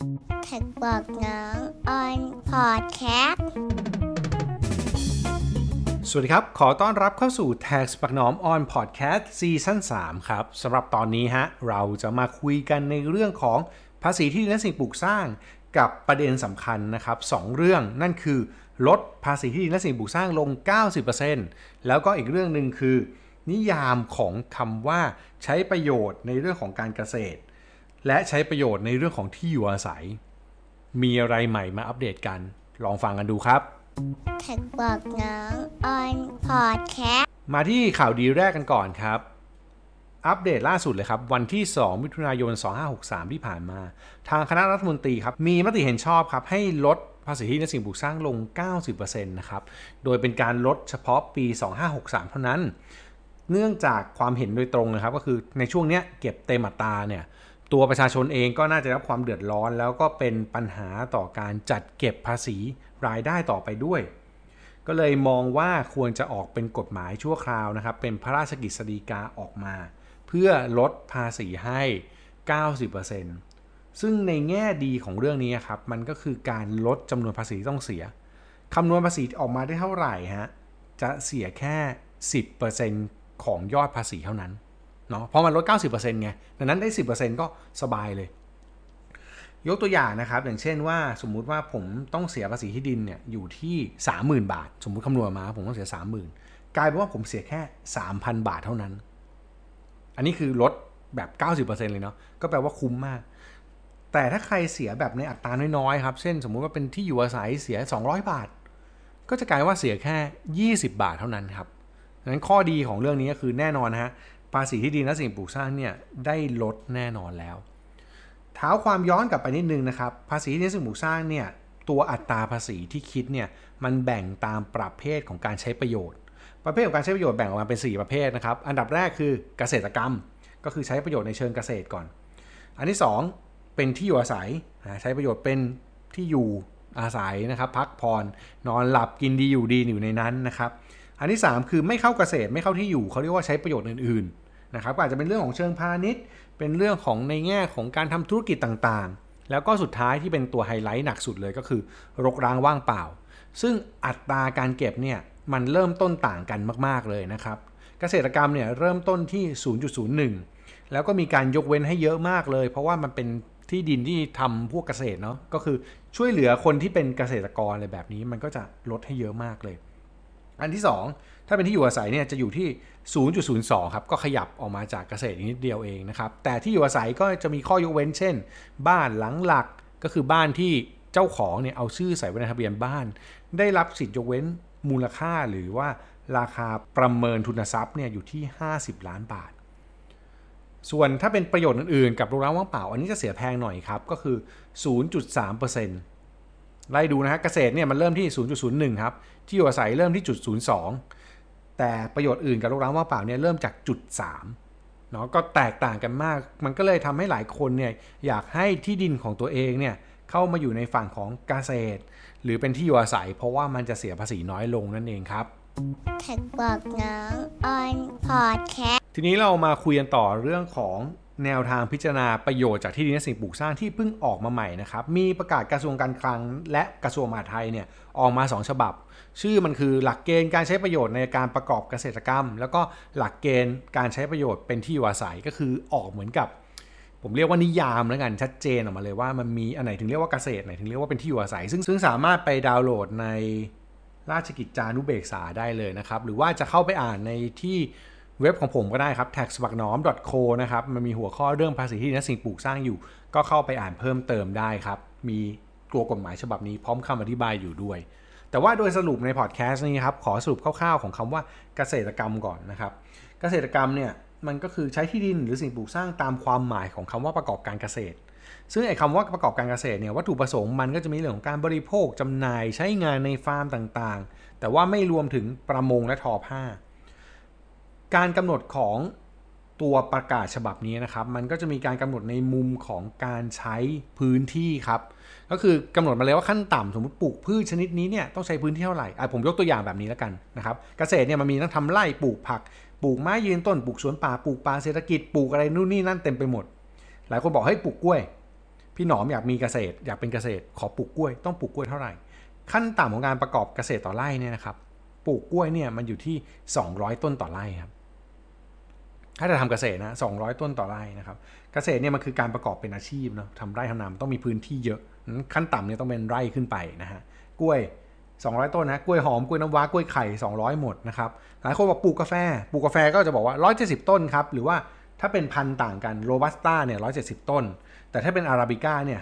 แท็กบอกน้องออนพอดแคสต์สวัสดีครับขอต้อนรับเข้าสู่ Tax ปักหนอม on Podcast ซีซั่น3ครับสำหรับตอนนี้เราจะมาคุยกันในเรื่องของภาษีที่ดินและสิ่งปลูกสร้างกับประเด็นสำคัญนะครับ2เรื่องนั่นคือลดภาษีที่ดินและสิ่งปลูกสร้างลง 90% แล้วก็อีกเรื่องนึงคือนิยามของคำว่าใช้ประโยชน์ในเรื่องของการเกษตรและใช้ประโยชน์ในเรื่องของที่อยู่อาศัยมีอะไรใหม่มาอัปเดตกันลองฟังกันดูครับแท็กบอกน้องออนพอดแคสต์มาที่ข่าวดีแรกกันก่อนครับอัปเดตล่าสุดเลยครับวันที่2มิถุนายน2563ที่ผ่านมาทางคณะรัฐมนตรีครับมีมติเห็นชอบครับให้ลดภาษีที่ดินและสิ่งปลูกสร้างลง 90% นะครับโดยเป็นการลดเฉพาะปี2563เท่านั้นเนื่องจากความเห็นโดยตรงนะครับก็คือในช่วงนี้เก็บเต็มอัตราเนี่ยตัวประชาชนเองก็น่าจะรับความเดือดร้อนแล้วก็เป็นปัญหาต่อการจัดเก็บภาษีรายได้ต่อไปด้วยก็เลยมองว่าควรจะออกเป็นกฎหมายชั่วคราวนะครับเป็นพระราชกฤษฎีกาออกมาเพื่อลดภาษีให้ 90% ซึ่งในแง่ดีของเรื่องนี้ครับมันก็คือการลดจำนวนภาษีที่ต้องเสียคำนวณภาษีออกมาได้เท่าไหร่จะเสียแค่ 10% ของยอดภาษีเท่านั้นเนาะเพราะมันลด 90% ไงดังนั้นได้ 10% ก็สบายเลยยกตัวอย่างนะครับอย่างเช่นว่าสมมุติว่าผมต้องเสียภาษีที่ดินเนี่ยอยู่ที่ 30,000 บาทสมมุติคำนวณมาผมต้องเสีย 30,000 กลายเป็นว่าผมเสียแค่ 3,000 บาทเท่านั้นอันนี้คือลดแบบ 90% เลยเนาะก็แปลว่าคุ้มมากแต่ถ้าใครเสียแบบในอัตราน้อยๆครับเช่นสมมุติว่าเป็นที่อยู่อาศัยเสีย200 บาทก็จะกลายว่าเสียแค่20 บาทเท่านั้นครับดังนั้นข้อดีของเรื่องนี้ก็คือแน่นอนภาษีที่ดินและสิ่งปลูกสร้างเนี่ยได้ลดแน่นอนแล้วเท้าความย้อนกลับไปนิดนึงนะครับภาษีที่ดินและสิ่งปลูกสร้างเนี่ยตัวอัตราภาษีที่คิดเนี่ยมันแบ่งตามประเภทของการใช้ประโยชน์ประเภทของการใช้ประโยชน์แบ่งออกมาเป็น4ประเภทนะครับอันดับแรกคือเกษตรกรรมก็คือใช้ประโยชน์ในเชิงเกษตรก่อนอันที่2เป็นที่อยู่อาศัยใช้ประโยชน์เป็นที่อยู่อาศัยนะครับพักผ่อนนอนหลับกินดีอยู่ดีอยู่ในนั้นนะครับอันที่3คือไม่เข้าเกษตรไม่เข้าที่อยู่เขาเรียกว่าใช้ประโยชน์อื่นๆนะครับก็อาจจะเป็นเรื่องของเชิงพาณิชย์เป็นเรื่องของในแง่ของการทำธุรกิจต่างๆแล้วก็สุดท้ายที่เป็นตัวไฮไลท์หนักสุดเลยก็คือรกร้างว่างเปล่าซึ่งอัตราการเก็บเนี่ยมันเริ่มต้นต่างกันมากๆเลยนะครับเกษตรกรรมเนี่ยเริ่มต้นที่ 0.01 แล้วก็มีการยกเว้นให้เยอะมากเลยเพราะว่ามันเป็นที่ดินที่ทำพวกเกษตรเนาะก็คือช่วยเหลือคนที่เป็นเกษตรกรอะไรแบบนี้มันก็จะลดให้เยอะมากเลยอันที่2ถ้าเป็นที่อยู่อาศัยเนี่ยจะอยู่ที่ 0.02 ครับก็ขยับออกมาจากเกษตรนิดเดียวเองนะครับแต่ที่อยู่อาศัยก็จะมีข้อยกเว้นเช่นบ้านหลังหลักก็คือบ้านที่เจ้าของเนี่ยเอาชื่อใส่ไว้ในทะเบียนบ้านได้รับสิทธิยกเว้นมูลค่าหรือว่าราคาประเมินทุนทรัพย์เนี่ยอยู่ที่50 ล้านบาทส่วนถ้าเป็นประโยชน์อื่นๆกับโรงแรมว่างเปล่าอันนี้จะเสียแพงหน่อยครับก็คือ 0.3%ไล่ดูนะฮะเกษตรเนี่ยมันเริ่มที่ 0.01 ครับที่อยู่อาศัยเริ่มที่ 0.02 แต่ประโยชน์อื่นกับโรงแรมว่างเปล่าเนี่ยเริ่มจาก 0.3 เนาะก็แตกต่างกันมากมันก็เลยทำให้หลายคนเนี่ยอยากให้ที่ดินของตัวเองเนี่ยเข้ามาอยู่ในฝั่งของเกษตรหรือเป็นที่อยู่อาศัยเพราะว่ามันจะเสียภาษีน้อยลงนั่นเองครับแท็กบอกน้องออนพอดแคสต์ทีนี้เรามาคุยกันต่อเรื่องของแนวทางพิจารณาประโยชน์จากที่ดินและสิ่งปลูกสร้างที่เพิ่งออกมาใหม่นะครับมีประกาศกระทรวงการคลังและกระทรวงมหาดไทยเนี่ยออกมา2ฉบับชื่อมันคือหลักเกณฑ์การใช้ประโยชน์ในการประกอบเกษตรกรรมแล้วก็หลักเกณฑ์การใช้ประโยชน์เป็นที่อยู่อาศัยก็คือออกเหมือนกับผมเรียกว่านิยามแล้วกันชัดเจนออกมาเลยว่ามันมีอันไหนถึงเรียกว่าเกษตรไหนถึงเรียกว่าเป็นที่อยู่อาศัยซึ่งสามารถไปดาวน์โหลดในราชกิจจานุเบกษาได้เลยนะครับหรือว่าจะเข้าไปอ่านในที่เว็บของผมก็ได้ครับ taxpaknom.co นะครับมันมีหัวข้อเรื่องภาษีที่ดินและสิ่งปลูกสร้างอยู่ก็เข้าไปอ่านเพิ่มเติมได้ครับมีตัวกฎหมายฉบับนี้พร้อมคำอธิบายอยู่ด้วยแต่ว่าโดยสรุปในพอดแคสต์นี้ครับขอสรุปคร่าวๆของคำว่าเกษตรกรรมก่อนนะครับเกษตรกรรมเนี่ยมันก็คือใช้ที่ดินหรือสิ่งปลูกสร้างตามความหมายของคำว่าประกอบการเกษตรซึ่งไอ้คำว่าประกอบการเกษตรเนี่ยวัตถุประสงค์มันก็จะมีเรื่องของการบริโภคจำหน่ายใช้งานในฟาร์มต่างๆแต่ว่าไม่รวมถึงประมงและทอผ้าการกำหนดของตัวประกาศฉบับนี้นะครับมันก็จะมีการกำหนดในมุมของการใช้พื้นที่ครับก็คือกำหนดมาเลยว่าขั้นต่ำสมมติปลูกพืชชนิดนี้เนี่ยต้องใช้พื้นที่เท่าไหร่ผมยกตัวอย่างแบบนี้แล้วกันนะครับเกษตรเนี่ยมันมีทั้งทำไร่ปลูกผักปลูกไม้ยืนต้นปลูกสวนป่าปลูกป่าเศรษฐกิจปลูกอะไรนู่นนี่นั่นเต็มไปหมดหลายคนบอกให้ปลูกกล้วยพี่หนอมอยากมีเกษตรอยากเป็นเกษตรขอปลูกกล้วยต้องปลูกกล้วยเท่าไหร่ขั้นต่ำของการประกอบเกษตรต่อไร่เนี่ยนะครับปลูกกล้วยเนี่ยมันอยู่ที่200ต้นต่อไร่ครับถ้าจะทำเกษตรนะ200ต้นต่อไร่นะครับเกษตรเนี่ยมันคือการประกอบเป็นอาชีพเนาะทำไร่ทำนาต้องมีพื้นที่เยอะขั้นต่ำเนี่ยต้องเป็นไร่ขึ้นไปนะฮะกล้วย200ต้นนะกล้วยหอมกล้วยน้ำว้ากล้วยไข่200หมดนะครับหลายคนบอกปลูกกาแฟก็จะบอกว่า170ต้นครับหรือว่าถ้าเป็นพันธุ์ต่างกันโรบัสต้าเนี่ย170ต้นแต่ถ้าเป็นอาราบิก้าเนี่ย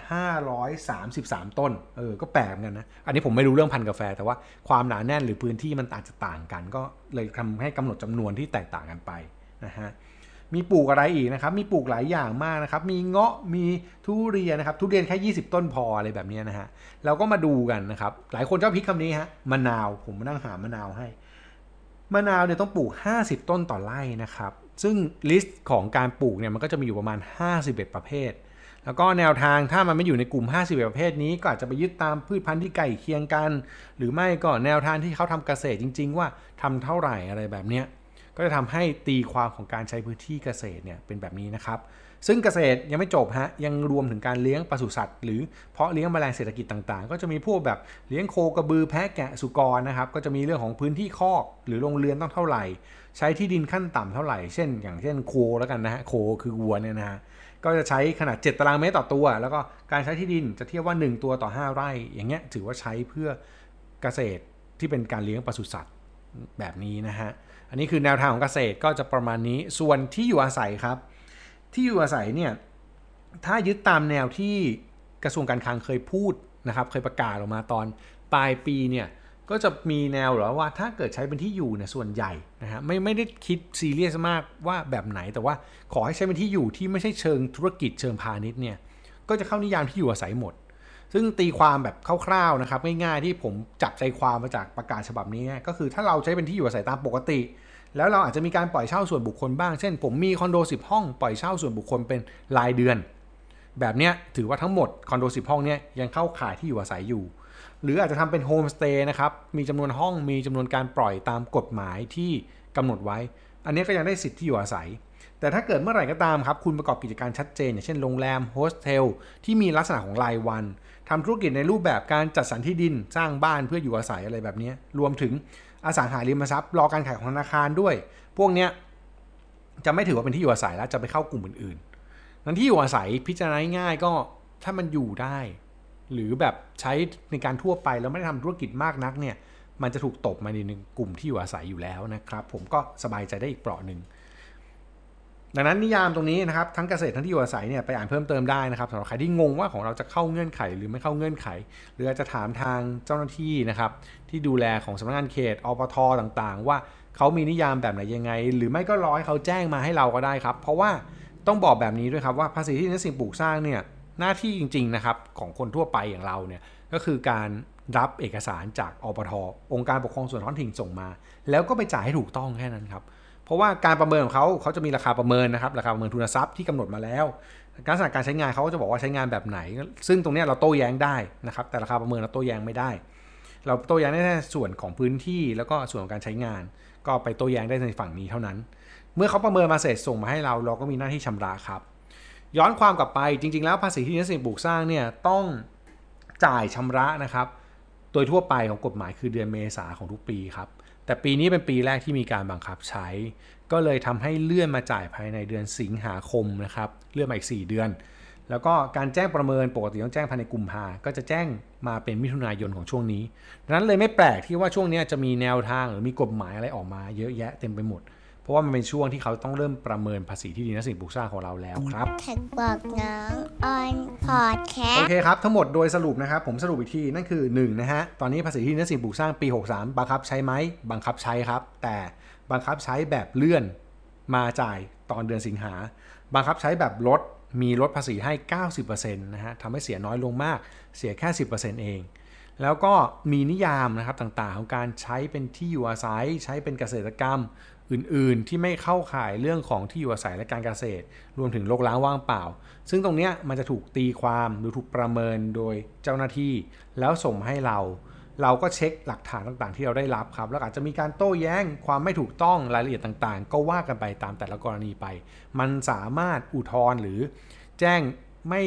533ต้นก็แปลกเหมือนกันนะอันนี้ผมไม่รู้เรื่องพันธุ์กาแฟแต่ว่าความหนาแน่นหรือพื้นที่มันอาจจะต่างกันก็เลยทำให้กำหนดจำนวนที่แตกต่างกันไปนะฮะมีปลูกอะไรอีกนะครับมีปลูกหลายอย่างมากนะครับมีเงาะมีทุเรียนนะครับทุเรียนแค่20ต้นพออะไรแบบนี้นะฮะเราก็มาดูกันนะครับหลายคนชอบพิกคำนี้ฮะมะนาวผมมานั่งหามะนาวให้มะนาวเนี่ยต้องปลูก50ต้นต่อไร่นะครับซึ่งลิสต์ของการปลูกเนี่ยมันก็จะมีอยู่ประมาณ51ประเภทแล้วก็แนวทางถ้ามันไม่อยู่ในกลุ่ม51ประเภทนี้ก็อาจจะไปยึดตามพืชพันธุ์ที่ใกล้เคียงกันหรือไม่ก็แนวทางที่เขาทำเกษตรจริงๆว่าทำเท่าไหร่อะไรแบบเนี้ยก็จะทำให้ตีความของการใช้พื้นที่เกษตรเนี่ยเป็นแบบนี้นะครับซึ่งเกษตรยังไม่จบฮะยังรวมถึงการเลี้ยงปศุสัตว์หรือเพาะเลี้ยงแมลงเศรษฐกิจต่างๆก็จะมีพวกแบบเลี้ยงโคกระบือแพะแกะสุกรนะครับก็จะมีเรื่องของพื้นที่คอกหรือโรงเรือนต้องเท่าไหร่ใช้ที่ดินขั้นต่ำเท่าไหร่เช่นโคแล้วกันนะฮะโคคือวัวเนี่ยนะฮะก็จะใช้ขนาด7ตารางเมตรต่อตัวแล้วก็การใช้ที่ดินจะเทียบว่า1ตัวต่อ5ไร่อย่างเงี้ยถือว่าใช้เพื่อเกษตรที่เป็นการเลี้ยงปศุสัตว์แบบนี้นะฮะอันนี้คือแนวทางของเกษตรก็จะประมาณนี้ส่วนที่อยู่อาศัยครับที่อยู่อาศัยเนี่ยถ้ายึดตามแนวที่กระทรวงการคลังเคยพูดนะครับเคยประกาศออกมาตอนปลายปีเนี่ยก็จะมีแนวหรือว่าถ้าเกิดใช้เป็นที่อยู่เนี่ยส่วนใหญ่นะฮะไม่ได้คิดซีเรียสมากว่าแบบไหนแต่ว่าขอให้ใช้เป็นที่อยู่ที่ไม่ใช่เชิงธุรกิจเชิงพาณิชย์เนี่ยก็จะเข้านิยามที่อยู่อาศัยหมดซึ่งตีความแบบคร่าวๆนะครับง่ายๆที่ผมจับใจความมาจากประกาศฉบับนี้ก็คือถ้าเราใช้เป็นที่อยู่อาศัยตามปกติแล้วเราอาจจะมีการปล่อยเช่าส่วนบุคคลบ้างเช่นผมมีคอนโด10ห้องปล่อยเช่าส่วนบุคคลเป็นรายเดือนแบบเนี้ยถือว่าทั้งหมดคอนโด10ห้องเนี้ยยังเข้าข่ายที่อยู่อาศัยอยู่หรืออาจจะทำเป็นโฮมสเตย์นะครับมีจำนวนห้องมีจำนวนการปล่อยตามกฎหมายที่กำหนดไว้อันนี้ก็ยังได้สิทธิ์ที่อยู่อาศัยแต่ถ้าเกิดเมื่อไหร่ก็ตามครับคุณประกอบกิจการชัดเจนอย่างเช่นโรงแรมโฮสเทลที่มีลักษณะของรายวันทำธุรกิจในรูปแบบการจัดสรรที่ดินสร้างบ้านเพื่ออยู่อาศัยอะไรแบบนี้รวมถึงอสังหาริมทรัพย์รอการขายของธนาคารด้วยพวกนี้จะไม่ถือว่าเป็นที่อยู่อาศัยแล้วจะไปเข้ากลุ่มอื่นๆนั้นที่อยู่อาศัยพิจารณาง่ายๆก็ถ้ามันอยู่ได้หรือแบบใช้ในการทั่วไปแล้วไม่ได้ทำธุรกิจมากนักเนี่ยมันจะถูกตบมาในกลุ่มที่อยู่อาศัยอยู่แล้วนะครับผมก็สบายใจได้อีกเปราะหนึ่งดังนั้นนิยามตรงนี้นะครับทั้งเกษตรทั้งที่อยู่อาศัยเนี่ยไปอ่านเพิ่มเติมได้นะครับสำหรับใครที่งงว่าของเราจะเข้าเงื่อนไขหรือไม่เข้าเงื่อนไขหรืออาจจะถามทางเจ้าหน้าที่นะครับที่ดูแลของสำนักงานเขตอปท.ต่างๆว่าเขามีนิยามแบบไหนยังไงหรือไม่ก็รอให้เขาแจ้งมาให้เราก็ได้ครับเพราะว่าต้องบอกแบบนี้ด้วยครับว่าภาษีที่ดินและสิ่งปลูกสร้างเนี่ยหน้าที่จริงๆนะครับของคนทั่วไปอย่างเราเนี่ยก็คือการรับเอกสารจากอปท.องค์การปกครองส่วนท้องถิ่นส่งมาแล้วก็ไปจ่ายให้ถูกต้องแค่นั้นครับเพราะว่าการประเมินของเขาจะมีราคาประเมินนะครับราคาประเมินทุนทรัพย์ที่กำหนดมาแล้วการสั่งการใช้งานเขาก็จะบอกว่าใช้งานแบบไหนซึ่งตรงนี้เราโต้แย้งได้นะครับแต่ราคาประเมินเราโต้แย้งไม่ได้เราโต้แย้งได้แค่ส่วนของพื้นที่แล้วก็ส่วนของการใช้งานก็ไปโต้แย้งได้ในฝั่งนี้เท่านั้นเมื่อเขาประเมินมาเสร็จส่งมาให้เราก็มีหน้าที่ชำระครับย้อนความกลับไปจริงๆแล้วภาษีที่ดินและสิ่งปลูกสร้างเนี่ยต้องจ่ายชำระนะครับโดยทั่วไปของกฎหมายคือเดือนเมษายนของทุกปีครับแต่ปีนี้เป็นปีแรกที่มีการบังคับใช้ก็เลยทำให้เลื่อนมาจ่ายภายในเดือนสิงหาคมนะครับเลื่อนมาอีก4เดือนแล้วก็การแจ้งประเมินปกติต้องแจ้งภายในกุมภาก็จะแจ้งมาเป็นมิถุนายนของช่วงนี้ดังนั้นเลยไม่แปลกที่ว่าช่วงนี้จะมีแนวทางหรือมีกฎหมายอะไรออกมาเยอะแยะเต็มไปหมดเพราะว่ามันเป็นช่วงที่เขาต้องเริ่มประเมินภาษีที่ดินและสิ่งปลูกสร้างของเราแล้วครับแท็กบอกน้องออนพอดแคสต์โอเคครับทั้งหมดโดยสรุปนะครับผมสรุปอีกทีนั่นคือ1นะฮะตอนนี้ภาษีที่ดินและสิ่งปลูกสร้างปี63บังคับใช้ไหมบังคับใช้ครับแต่บังคับใช้แบบเลื่อนมาจ่ายตอนเดือนสิงหาบังคับใช้แบบลดมีลดภาษีให้ 90% นะฮะทำให้เสียน้อยลงมากเสียแค่ 10% เองแล้วก็มีนิยามนะครับต่างๆของการใช้เป็นที่อยู่อาศัยใช้เป็นเกษตรกรรมอื่นๆที่ไม่เข้าข่ายเรื่องของที่อยู่อาศัยและการเกษตรรวมถึงรกร้างว่างเปล่าซึ่งตรงนี้มันจะถูกตีความหรือถูกประเมินโดยเจ้าหน้าที่แล้วส่งมาให้เราก็เช็คหลักฐานต่างๆที่เราได้รับครับแล้วอาจจะมีการโต้แย้งความไม่ถูกต้องรายละเอียดต่างๆก็ว่ากันไปตามแต่ละกรณีไปมันสามารถอุทธรณ์หรือแจ้งไม่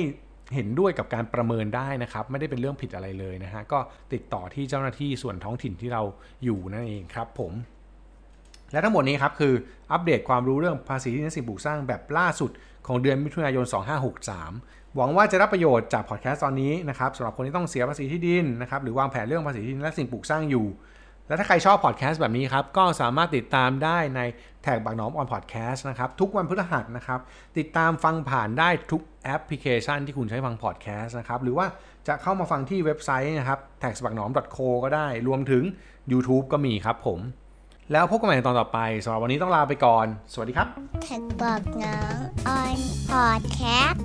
เห็นด้วยกับการประเมินได้นะครับไม่ได้เป็นเรื่องผิดอะไรเลยนะฮะก็ติดต่อที่เจ้าหน้าที่ส่วนท้องถิ่นที่เราอยู่นั่นเองครับผมและทั้งหมดนี้ครับคืออัปเดตความรู้เรื่องภาษีที่ดินและสิ่งปลูกสร้างแบบล่าสุดของเดือนมิถุนายน2563หวังว่าจะรับประโยชน์จากพอดแคสต์ตอนนี้นะครับสำหรับคนที่ต้องเสียภาษีที่ดินนะครับหรือวางแผนเรื่องภาษีที่ดินและสิ่งปลูกสร้างอยู่และถ้าใครชอบพอดแคสต์แบบนี้ครับก็สามารถติดตามได้ในแท็กบักหนอมออนพอดแคสต์นะครับทุกวันพฤหัสนะครับติดตามฟังผ่านได้ทุกแอปพลิเคชันที่คุณใช้ฟังพอดแคสต์นะครับหรือว่าจะเข้ามาฟังที่เว็บไซต์นะครับ taxbaknom.co ก็ได้รวมถึง YouTube ก็มีครับผมแล้วพบกันใหม่ในตอนต่อไปสำหรับวันนี้ต้องลาไปก่อนสวัสดีครับแท็กบอกน้องออนพอดแคสต์